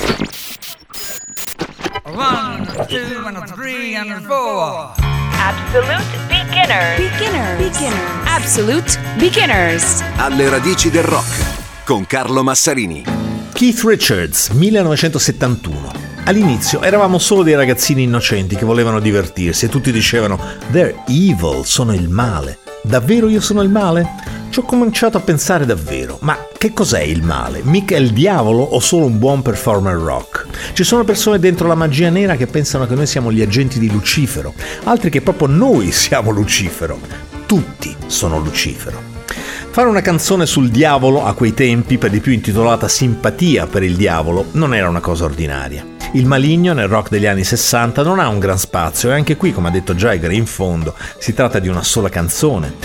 1, 2, and 3, and 4. Absolute beginners. Absolute beginners. Alle radici del rock con Carlo Massarini. Keith Richards, 1971. All'inizio eravamo solo dei ragazzini innocenti che volevano divertirsi e tutti dicevano "They're evil, sono il male". Davvero io sono il male? Ci ho cominciato a pensare davvero, ma che cos'è il male? Mica il diavolo o solo un buon performer rock? Ci sono persone dentro la magia nera che pensano che noi siamo gli agenti di Lucifero, altri che proprio noi siamo Lucifero. Tutti sono Lucifero. Fare una canzone sul diavolo a quei tempi, per di più intitolata Simpatia per il diavolo, non era una cosa ordinaria. Il maligno nel rock degli anni 60 non ha un gran spazio e anche qui, come ha detto Jagger, in fondo si tratta di una sola canzone.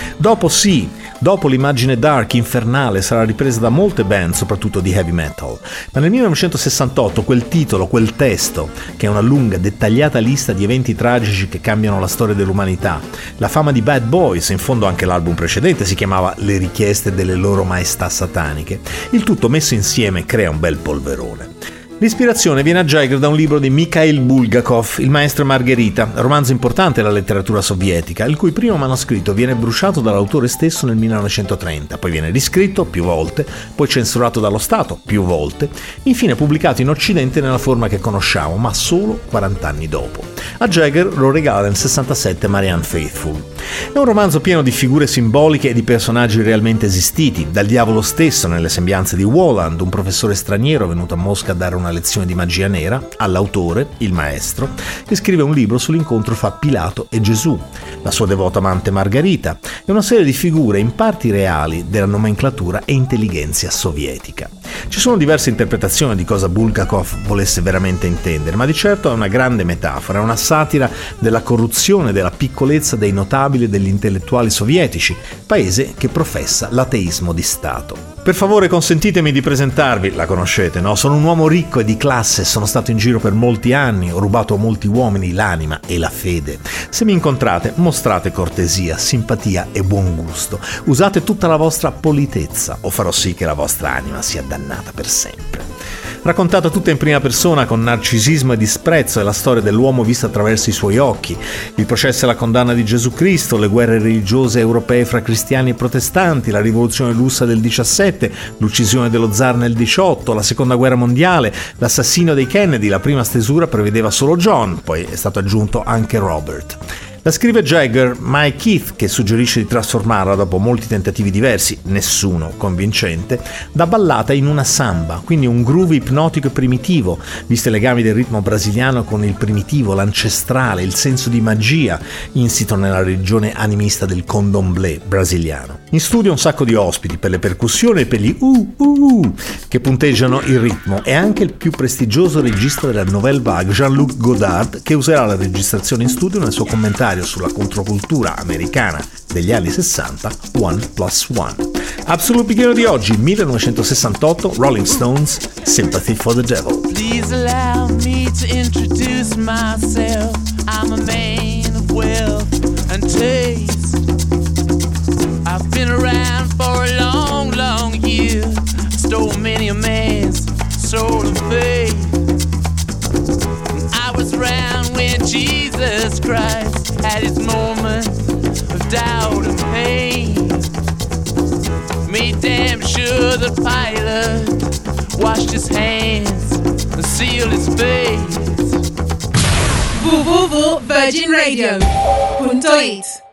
Dopo l'immagine dark, infernale, sarà ripresa da molte band, soprattutto di heavy metal. Ma nel 1968 quel titolo, quel testo, che è una lunga, dettagliata lista di eventi tragici che cambiano la storia dell'umanità, la fama di Bad Boys, in fondo anche l'album precedente si chiamava Le richieste delle loro maestà sataniche, il tutto messo insieme crea un bel polverone. L'ispirazione viene a Jagger da un libro di Mikhail Bulgakov, Il maestro e Margherita, romanzo importante della letteratura sovietica, il cui primo manoscritto viene bruciato dall'autore stesso nel 1930, poi viene riscritto più volte, poi censurato dallo Stato più volte, infine pubblicato in Occidente nella forma che conosciamo, ma solo 40 anni dopo. A Jagger lo regala nel 67 Marianne Faithfull. È un romanzo pieno di figure simboliche e di personaggi realmente esistiti, dal diavolo stesso nelle sembianze di Woland, un professore straniero venuto a Mosca a dare una lezione di magia nera, all'autore, il maestro, che scrive un libro sull'incontro fra Pilato e Gesù, la sua devota amante Margherita e una serie di figure in parti reali della nomenclatura e intelligenza sovietica. Ci sono diverse interpretazioni di cosa Bulgakov volesse veramente intendere, ma di certo è una grande metafora, è una satira della corruzione e della piccolezza dei notabili e degli intellettuali sovietici, paese che professa l'ateismo di Stato. Per favore consentitemi di presentarvi, la conoscete, no? Sono un uomo ricco e di classe, sono stato in giro per molti anni, ho rubato a molti uomini l'anima e la fede. Se mi incontrate, mostrate cortesia, simpatia e buon gusto. Usate tutta la vostra politezza o farò sì che la vostra anima sia dannata per sempre. Raccontata tutta in prima persona con narcisismo e disprezzo è la storia dell'uomo vista attraverso i suoi occhi, il processo e la condanna di Gesù Cristo, le guerre religiose europee fra cristiani e protestanti, la rivoluzione russa del 17, l'uccisione dello zar nel 18, la seconda guerra mondiale, l'assassinio dei Kennedy, la prima stesura prevedeva solo John, poi è stato aggiunto anche Robert. La scrive Jagger, ma è Keith che suggerisce di trasformarla, dopo molti tentativi diversi, nessuno convincente, da ballata in una samba, quindi un groove ipnotico e primitivo, visto i legami del ritmo brasiliano con il primitivo, l'ancestrale, il senso di magia insito nella regione animista del candomblé brasiliano. In studio un sacco di ospiti per le percussioni e per gli che punteggiano il ritmo, e anche il più prestigioso regista della Nouvelle Vague, Jean-Luc Godard, che userà la registrazione in studio nel suo commentario sulla controcultura americana degli anni 60, 1+1. Absolute Beginner di oggi, 1968, Rolling Stones, Sympathy for the Devil. Please allow me to introduce myself. I'm a man of wealth and taste. I've been around for a long, long year. Stole many a man's soul and faith. I was around when Jesus Christ had his moments of doubt and pain. Made damn sure the Pilate washed his hands and sealed his face. www.virginradio.it